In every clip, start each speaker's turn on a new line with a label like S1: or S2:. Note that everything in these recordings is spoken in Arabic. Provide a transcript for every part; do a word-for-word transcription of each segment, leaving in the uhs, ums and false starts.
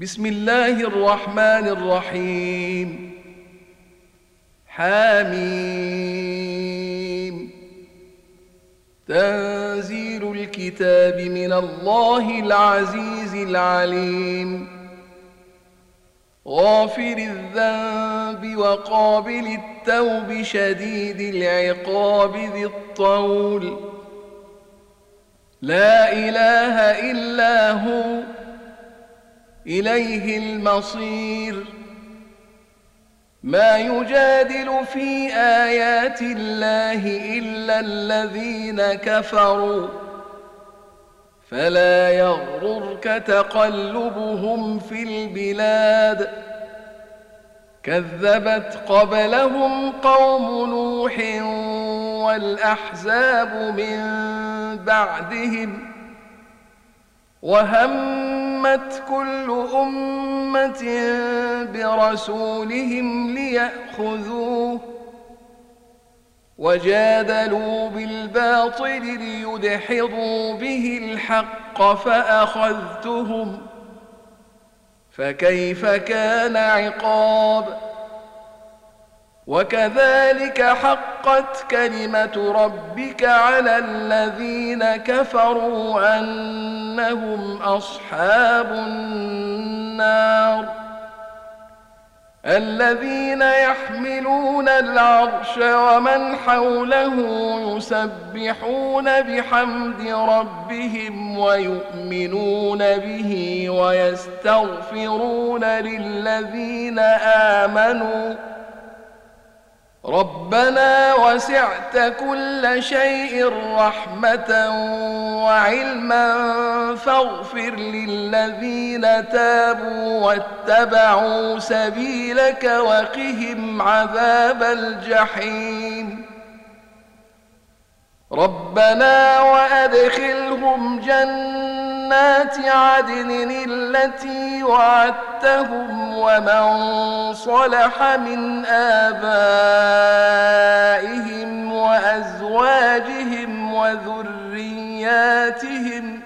S1: بسم الله الرحمن الرحيم. حميم. تنزيل الكتاب من الله العزيز العليم. غافر الذنب وقابل التوب شديد العقاب ذي الطول. لا إله إلا هو إليه المصير. ما يجادل في آيات الله إلا الذين كفروا فلا يغررك تقلبهم في البلاد. كذبت قبلهم قوم نوح والأحزاب من بعدهم وهمت كل أمة برسولهم ليأخذوه وجادلوا بالباطل ليدحضوا به الحق فأخذتهم فكيف كان عقاب. وكذلك حقت كلمة ربك على الذين كفروا أنهم أصحاب النار. الذين يحملون العرش ومن حوله يسبحون بحمد ربهم ويؤمنون به ويستغفرون للذين آمنوا ربنا وسعت كل شيء رحمة وعلما فاغفر للذين تابوا واتبعوا سبيلك وقهم عذاب الجحيم. ربنا وأدخلهم جنات عدن التي وعدتهم ومن صلح من آبائهم وأزواجهم وذرياتهم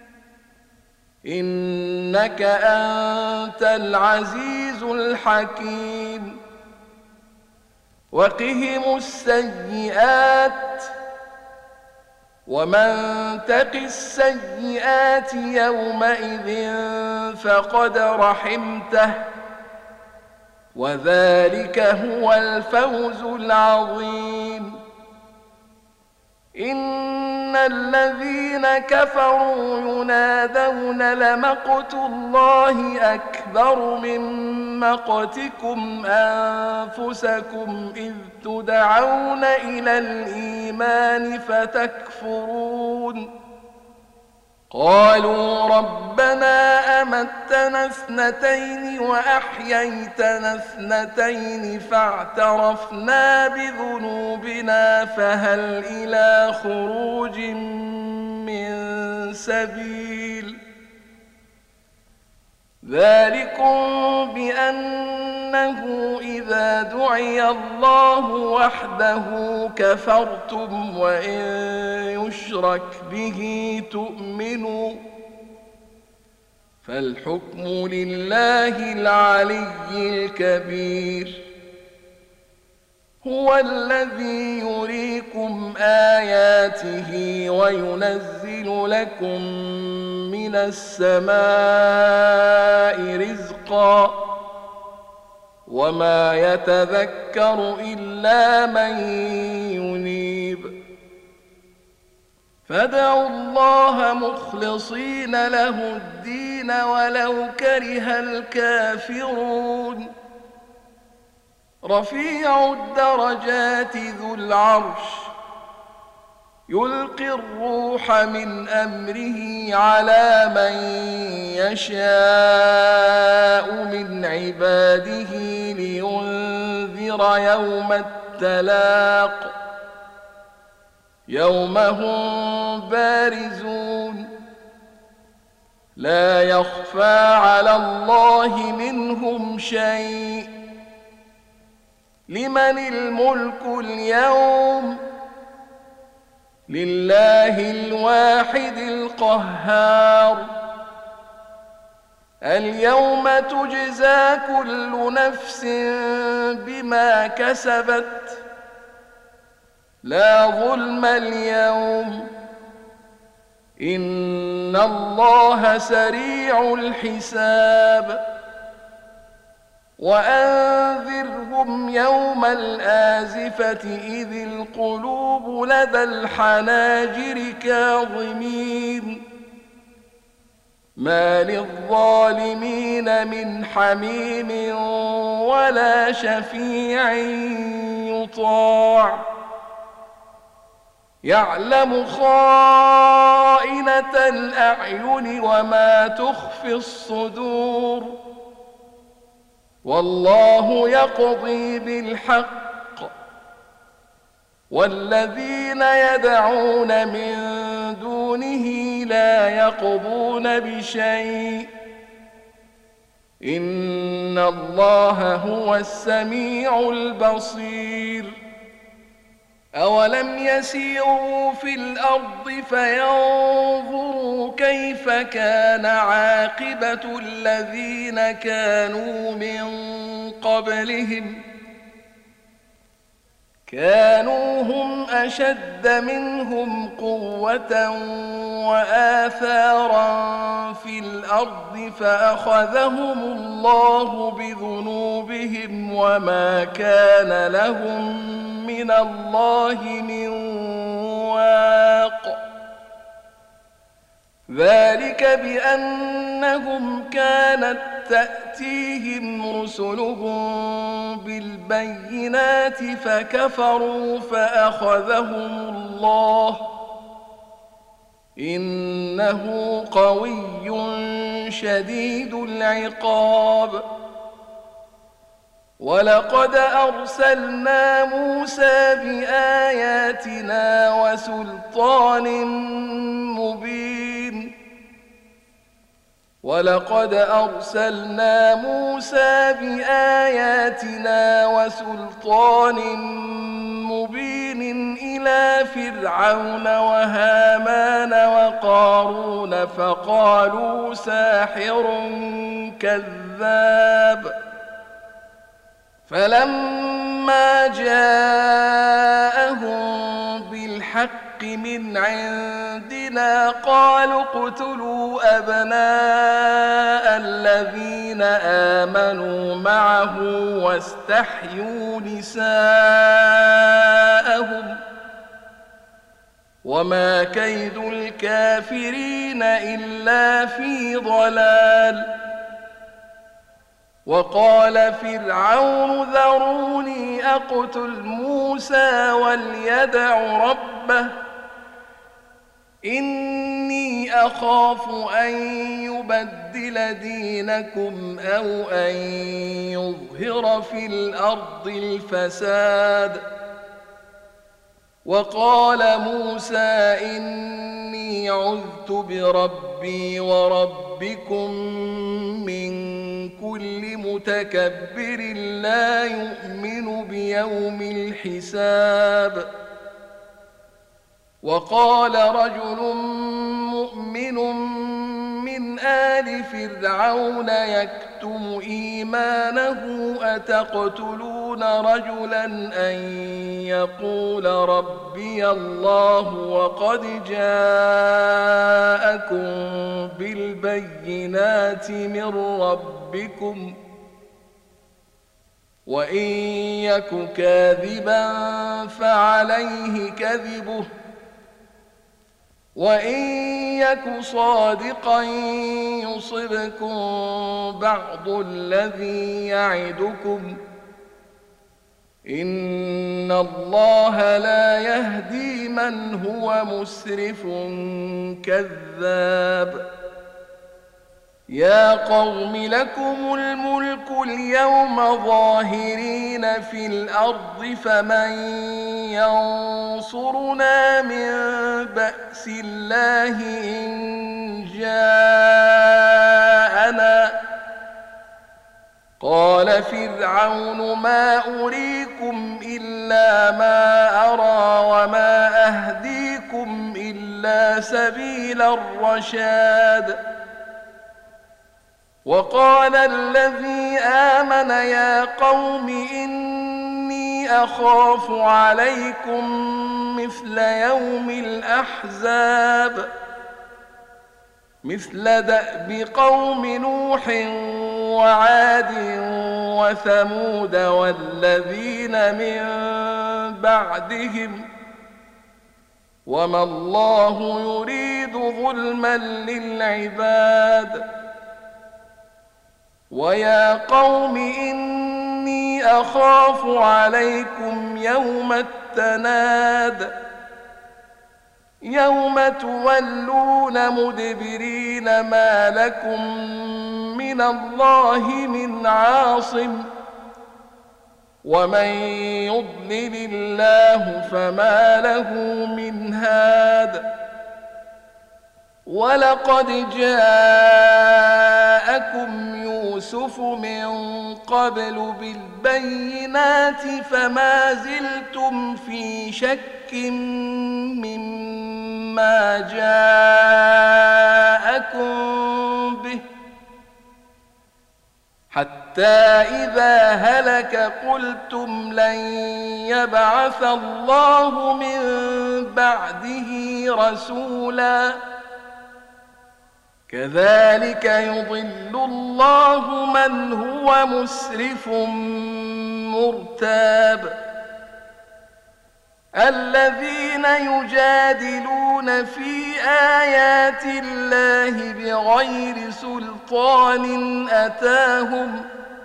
S1: إنك أنت العزيز الحكيم. وقهم السيئات ومن تق السيئات يومئذ فقد رحمته وذلك هو الفوز العظيم. إن الذين كفروا ينادون لمقت الله أكبر من مقتكم أنفسكم إذ تدعون إلى الإيمان فتكفرون. قالوا ربنا أمتنا اثنتين وأحييتنا اثنتين فاعترفنا بذنوبنا فهل إلى خروج من سبيل. ذلكم بأنه إذا دعي الله وحده كفرتم وإن يشرك به تؤمنوا فالحكم لله العلي الكبير. هو الذي يريكم آياته وينزل لكم من السماء رزقا وما يتذكر إلا من ينيب. فادعوا الله مخلصين له الدين ولو كره الكافرون. رفيع الدرجات ذو العرش يلقي الروح من أمره على من يشاء من عباده لينذر يوم التلاق يوم هم بارزون لا يخفى على الله منهم شيء. لمن الملك اليوم لله الواحد القهار. اليوم تجزى كل نفس بما كسبت لا ظلم اليوم إن الله سريع الحساب وأنذرهم يوم الآزفة إذ القلوب لدى الحناجر كاظمين ما للظالمين من حميم ولا شفيع يطاع يعلم خائنة الأعين وما تخفي الصدور والله يقضي بالحق والذين يدعون من دونه لا يقضون بشيء إن الله هو السميع البصير أولم يسيروا في الأرض فينظروا كيف كان عاقبة الذين كانوا من قبلهم كانوا هم أشد منهم قوة وآثارا في الأرض فأخذهم الله بذنوبهم وما كان لهم من الله من واق ذلك بأنهم كانت تأتيهم رسلهم بالبينات فكفروا فأخذهم الله إنه قوي شديد العقاب ولقد أرسلنا موسى بآياتنا وسلطان مبين ولقد أرسلنا موسى بآياتنا وسلطان مبين إلى فرعون وهامان وقارون فقالوا ساحر كذاب فلما جاءهم بالحق من عندنا قالوا اقتلوا أبناء الذين آمنوا معه واستحيوا نساءهم وما كيد الكافرين إلا في ضلال وقال فرعون ذروني أقتل موسى وليدع ربه إني أخاف أن يبدل دينكم أو أن يظهر في الأرض الفساد وقال موسى إني عذت بربي وربكم من كل متكبر لا يؤمن بيوم الحساب وقال رجل مؤمن من آل فرعون يكتم إيمانه أتقتلون رجلا أن يقول ربي الله وقد جاءكم بالبينات من ربكم وإن يك كاذبا فعليه كذبه وإن يك صادقا يصبكم بعض الذي يعدكم إن الله لا يهدي من هو مسرف كذاب يا قوم لكم الملك اليوم ظاهرين في الأرض فمن ينصرنا من بأس الله إن جاءنا قال فرعون ما أريكم إلا ما أرى وما أهديكم إلا سبيل الرشاد وقال الذي آمن يا قوم إني أخاف عليكم مثل يوم الأحزاب مثل دأب قوم نوح وعاد وثمود والذين من بعدهم وما الله يريد ظلما للعباد ويا قوم إني أخاف عليكم يوم التناد يوم تولون مدبرين ما لكم من الله من عاصم ومن يضلل الله فما له من هاد ولقد جاءكم يوسف من قبل بالبينات فما زلتم في شك مما جاءكم به حتى إذا هلك قلتم لن يبعث الله من بعده رسولا كذلك يضل الله من هو مسرف مرتاب الذين يجادلون في آيات الله بغير سلطان أتاهم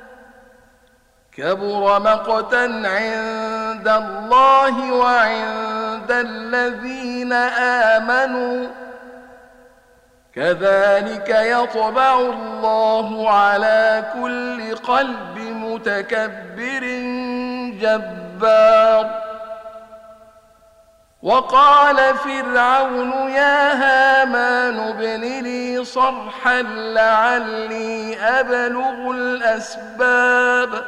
S1: كبر مقتا عند الله وعند الذين آمنوا كذلك يطبع الله على كل قلب متكبر جبار وقال فرعون يا هامان ابن لي صرحا لعلي أبلغ الأسباب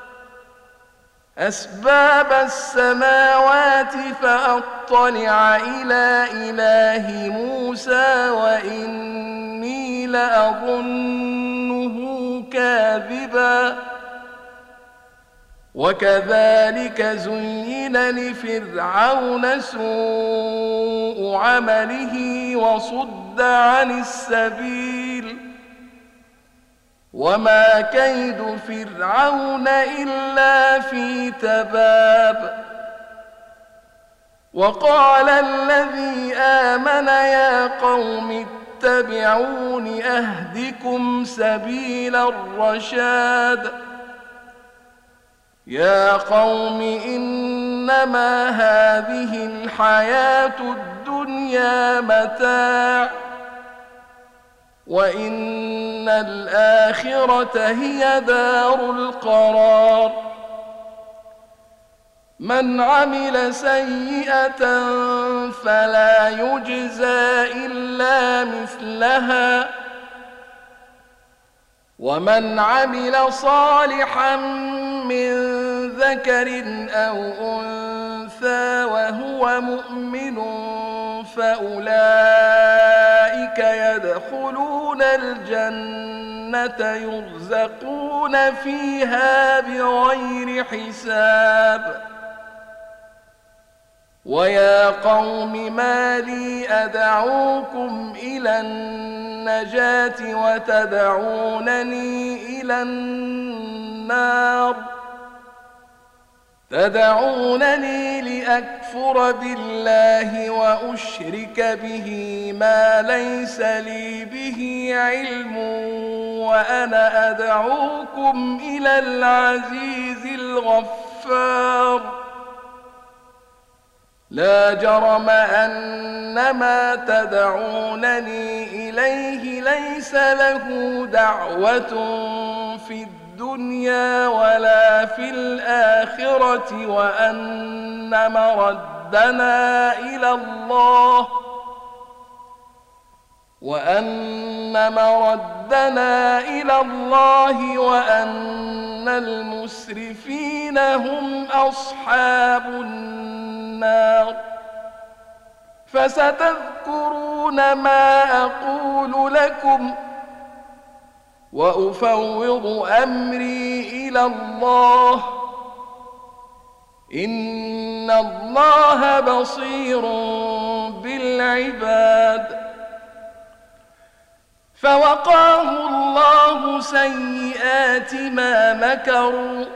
S1: أسباب السماوات فأطلع إلى إله موسى وإني لأظنه كاذبا وكذلك زين لفرعون سوء عمله وصد عن السبيل وما كيد فرعون إلا في تباب وقال الذي آمن يا قوم اتبعون أهدكم سبيل الرشاد يا قوم إنما هذه الحياة الدنيا متاع وإن الآخرة هي دار القرار من عمل سيئة فلا يجزى إلا مثلها ومن عمل صالحا من ذكر أو أنثى وهو مؤمن فأولئك يدخلون الجنة يرزقون فيها بغير حساب ويا قوم ما لي أدعوكم إلى النجاة وتدعونني إلى النار تدعونني لأكفر بالله وأشرك به ما ليس لي به علم وأنا أدعوكم إلى العزيز الغفار لا جرم أن ما تدعونني إليه ليس له دعوة في الدنيا ولا في الآخرة وأن مردنا إلى الله وأن مردنا إلى الله وأن المسرفين هم أصحاب النار فستذكرون ما أقول لكم وأفوض أمري إلى الله إن الله بصير بالعباد. فوقاه الله سيئات ما مكروا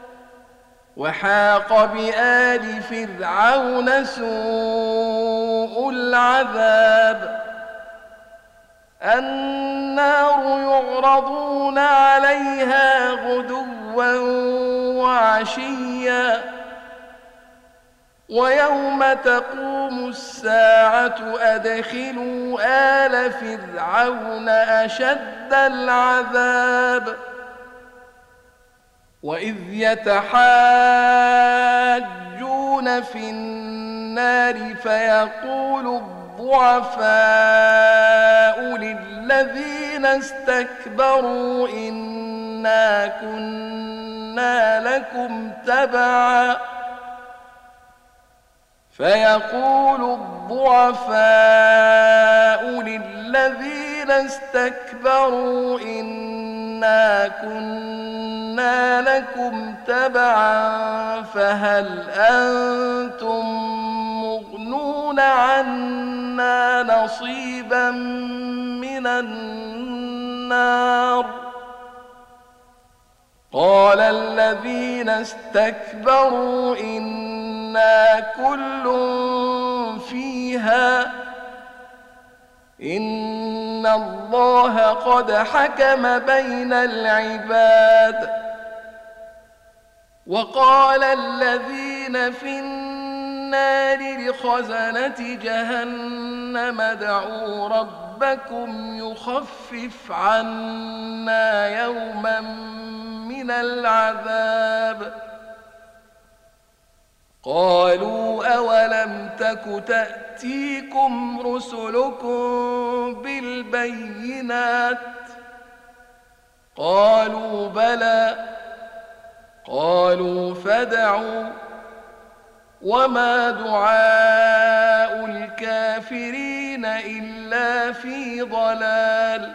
S1: وحاق بآل فرعون سوء العذاب. النار يعرضون عليها غدوا وعشيا ويوم تقوم الساعة أدخلوا آل فرعون أشد العذاب. وإذ يتحاجون في النار فيقول الضعفاء للذين استكبروا إنا كنا لكم تبعا فيقول الضعفاء للذين استكبروا إنا كنا لكم تبعا فهل أنتم مغنون عنا نصيبا من النار؟ قال الذين استكبروا إنا كل فيها إن الله قد حكم بين العباد. وقال الذين في النار لخزنة جهنم ادعوا ربكم يخفف عنا يوما من العذاب. قالوا أولم تك تأتيكم رسلكم بالبينات؟ قالوا بلى. قالوا فادعوا وما دعاء الكافرين إلا في ضلال.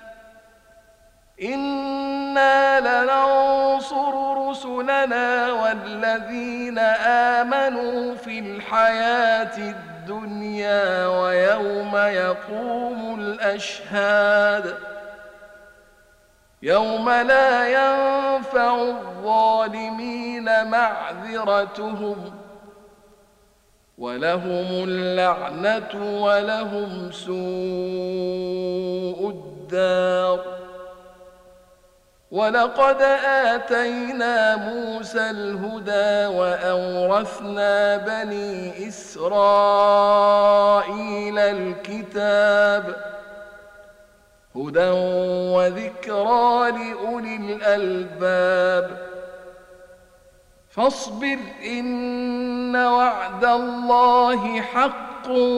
S1: إنا لننصر رسلنا والذين آمنوا في الحياة الدنيا ويوم يقوم الأشهاد يوم لا ينفع الظالمين معذرتهم ولهم اللعنة ولهم سوء الدار. ولقد آتينا موسى الهدى وأورثنا بني إسرائيل الكتاب هدى وذكرى لأولي الألباب. فاصبر إن وعد الله حق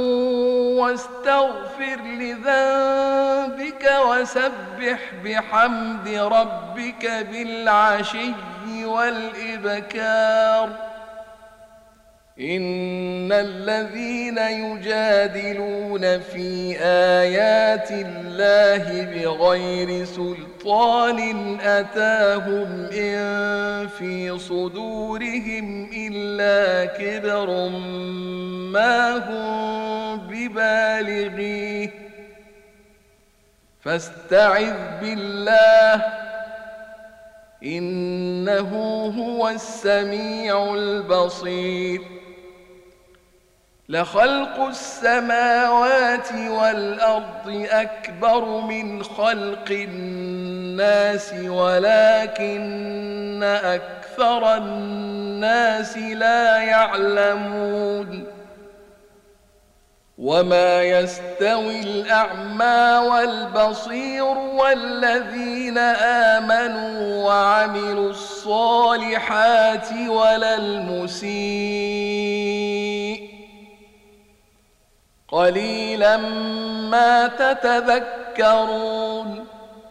S1: واستغفر لذنبك وسبح بحمد ربك بالعشي والإبكار. إن الذين يجادلون في آيات الله بغير سلطان أتاهم إن في صدورهم إلا كبر ما هم ببالغيه فاستعذ بالله إنه هو السميع البصير. لخلق السماوات والأرض أكبر من خلق الناس ولكن أكثر الناس لا يعلمون. وما يستوي الأعمى والبصير والذين آمنوا وعملوا الصالحات ولا المسيء قليلا ما تتذكرون.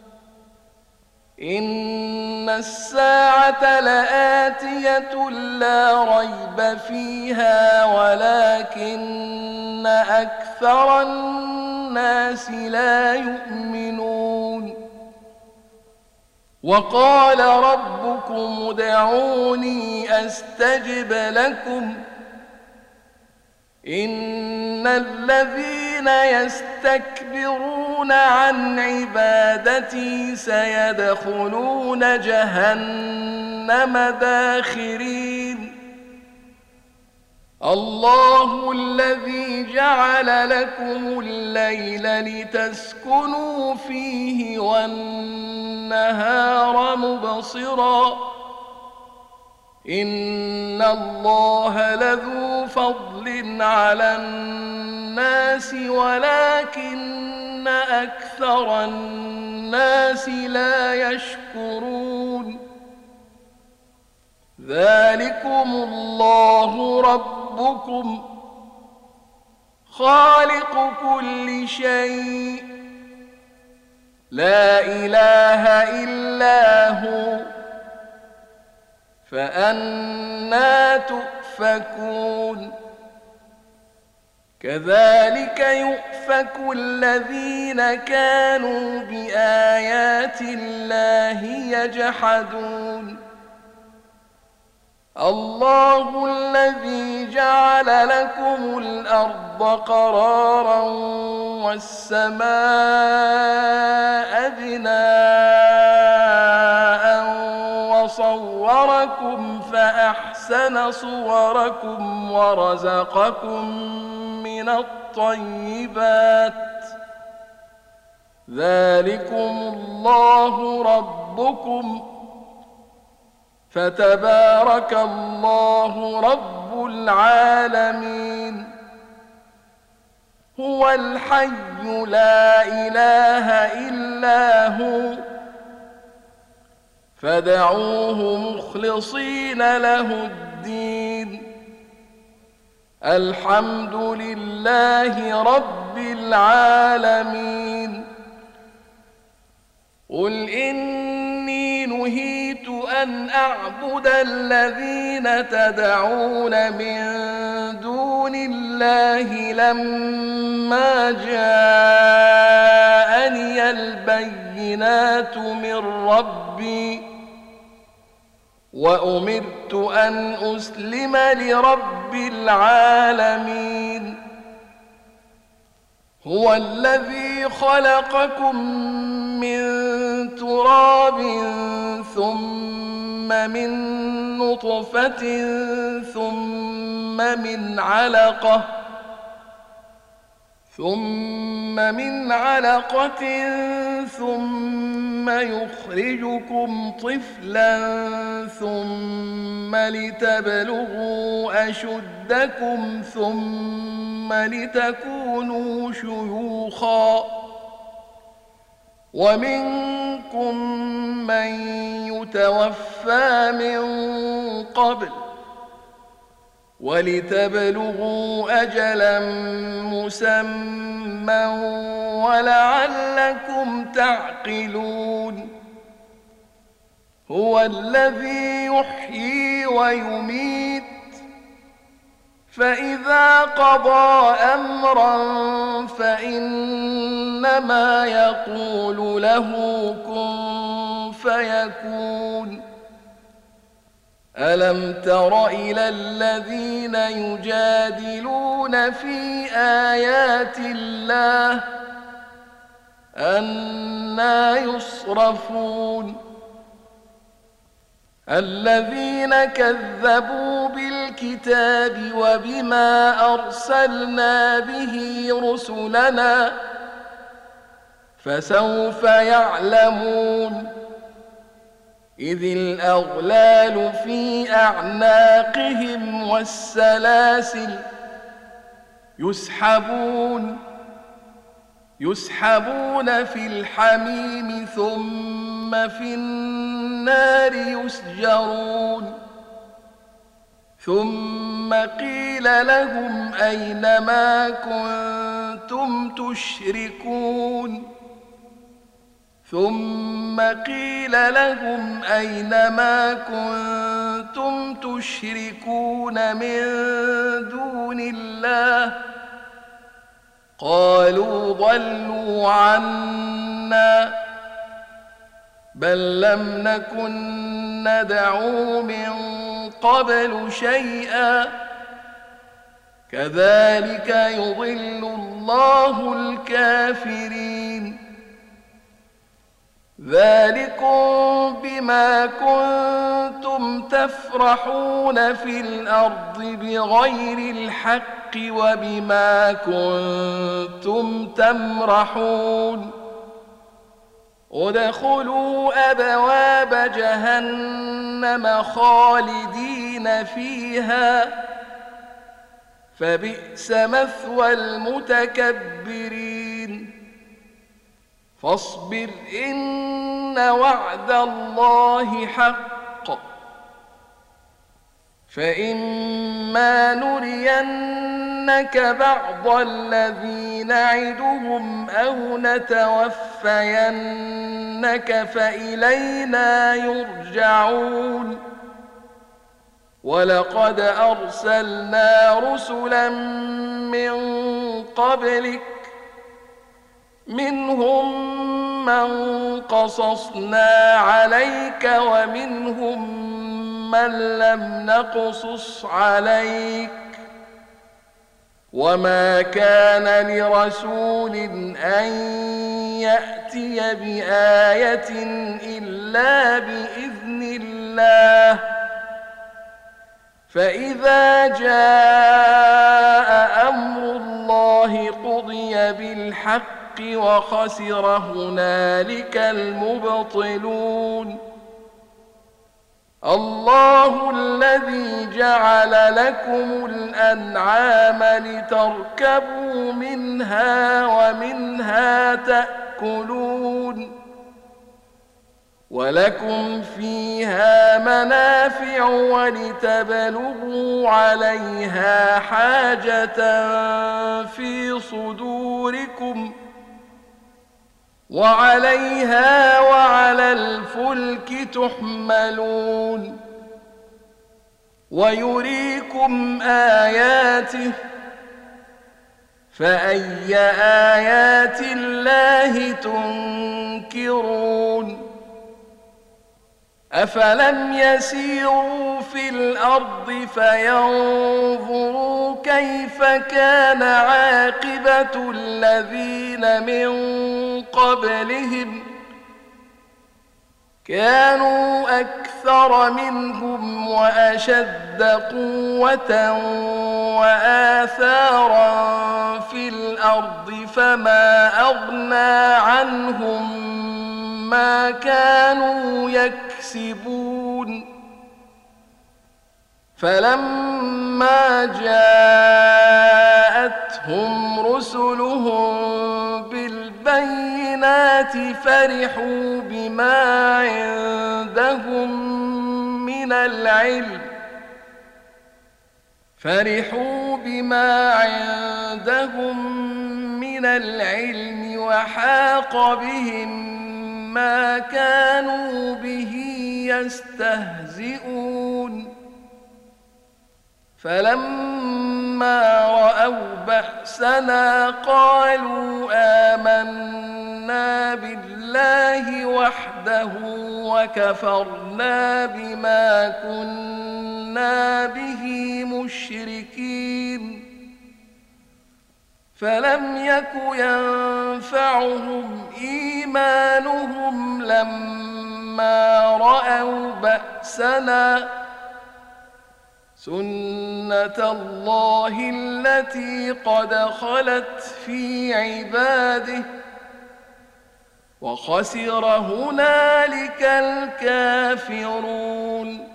S1: إن الساعة لآتية لا ريب فيها ولكن أكثر الناس لا يؤمنون. وقال ربكم ادعوني أستجب لكم إن الذين يستكبرون عن عبادتي سيدخلون جهنم داخرين الله الذي جعل لكم الليل لتسكنوا فيه والنهار مبصرا إن الله لذو فضل على الناس ولكن أكثر الناس لا يشكرون ذلكم الله ربكم خالق كل شيء لا إله إلا هو فأنى تؤفكون كذلك يؤفك الذين كانوا بآيات الله يجحدون الله الذي جعل لكم الأرض قرارا والسماء بناء وصوركم فأحسن صوركم ورزقكم من الطيبات ذلكم الله ربكم فتبارك الله رب العالمين هو الحي لا إله إلا هو فادعوه مخلصين له الدين الحمد لله رب العالمين قل إني نهيت أن أعبد الذين تدعون من دون الله لما جاءني البينات من ربي وأمرت أن أسلم لرب العالمين هو الذي خلقكم من تراب ثم من نطفة ثم من علقة ثم من علقة ثم يخرجكم طفلا ثم لتبلغوا أشدكم ثم لتكونوا شيوخا ومنكم من يتوفى من قبل ولتبلغوا أجلا مسمى ولعلكم تعقلون هو الذي يحيي ويميت فإذا قضى أمرا فإنما يقول له كن فيكون ألم تر إلى الذين يجادلون في آيات الله أنى يصرفون الذين كذبوا بالكتاب وبما أرسلنا به رسلنا فسوف يعلمون إذ الأغلال في أعناقهم والسلاسل يسحبون يسحبون في الحميم ثم في النار يسجرون ثم قيل لهم أين ما كنتم تشركون ثم قيل لهم أين ما كنتم تشركون من دون الله قالوا ضلوا عنا بل لم نكن ندعو من قبل شيئا كذلك يضل الله الكافرين ذلكم بما كنتم تفرحون في الأرض بغير الحق وبما كنتم تمرحون ادخلوا أبواب جهنم خالدين فيها فبئس مثوى المتكبرين فاصبر إن وعد الله حق فإما نرينك بعض الذي نعدهم أو نتوفينك فإلينا يرجعون ولقد أرسلنا رسلا من قبلك منهم من قصصنا عليك ومنهم من لم نقصص عليك وما كان لرسول أن يأتي بآية إلا بإذن الله فإذا جاء أمر الله قضي بالحق وخسر هنالك المبطلون الله الذي جعل لكم الأنعام لتركبوا منها ومنها تأكلون ولكم فيها منافع ولتبلغوا عليها حاجة في صدوركم وعليها وعلى الفلك تحملون ويريكم آياته فأي آيات الله تنكرون أفلم يسيروا في الأرض فينظروا كيف كان عاقبة الذين من قبلهم كانوا أكثر منهم وأشد قوة وآثارا في الأرض فما أغنى عنهم ما كانوا يكسبون فلما جاءتهم رسلهم بالبينات فرحوا بما عندهم من العلم فرحوا بما عندهم من العلم وحاق بهم ما كانوا به يستهزئون فلما رأوا بأسنا قالوا آمنا بالله وحده وكفرنا بما كنا به مشركين فلم يك ينفعهم إيمانهم لما رأوا بأسنا سنة الله التي قد خلت في عباده وخسر هنالك الكافرون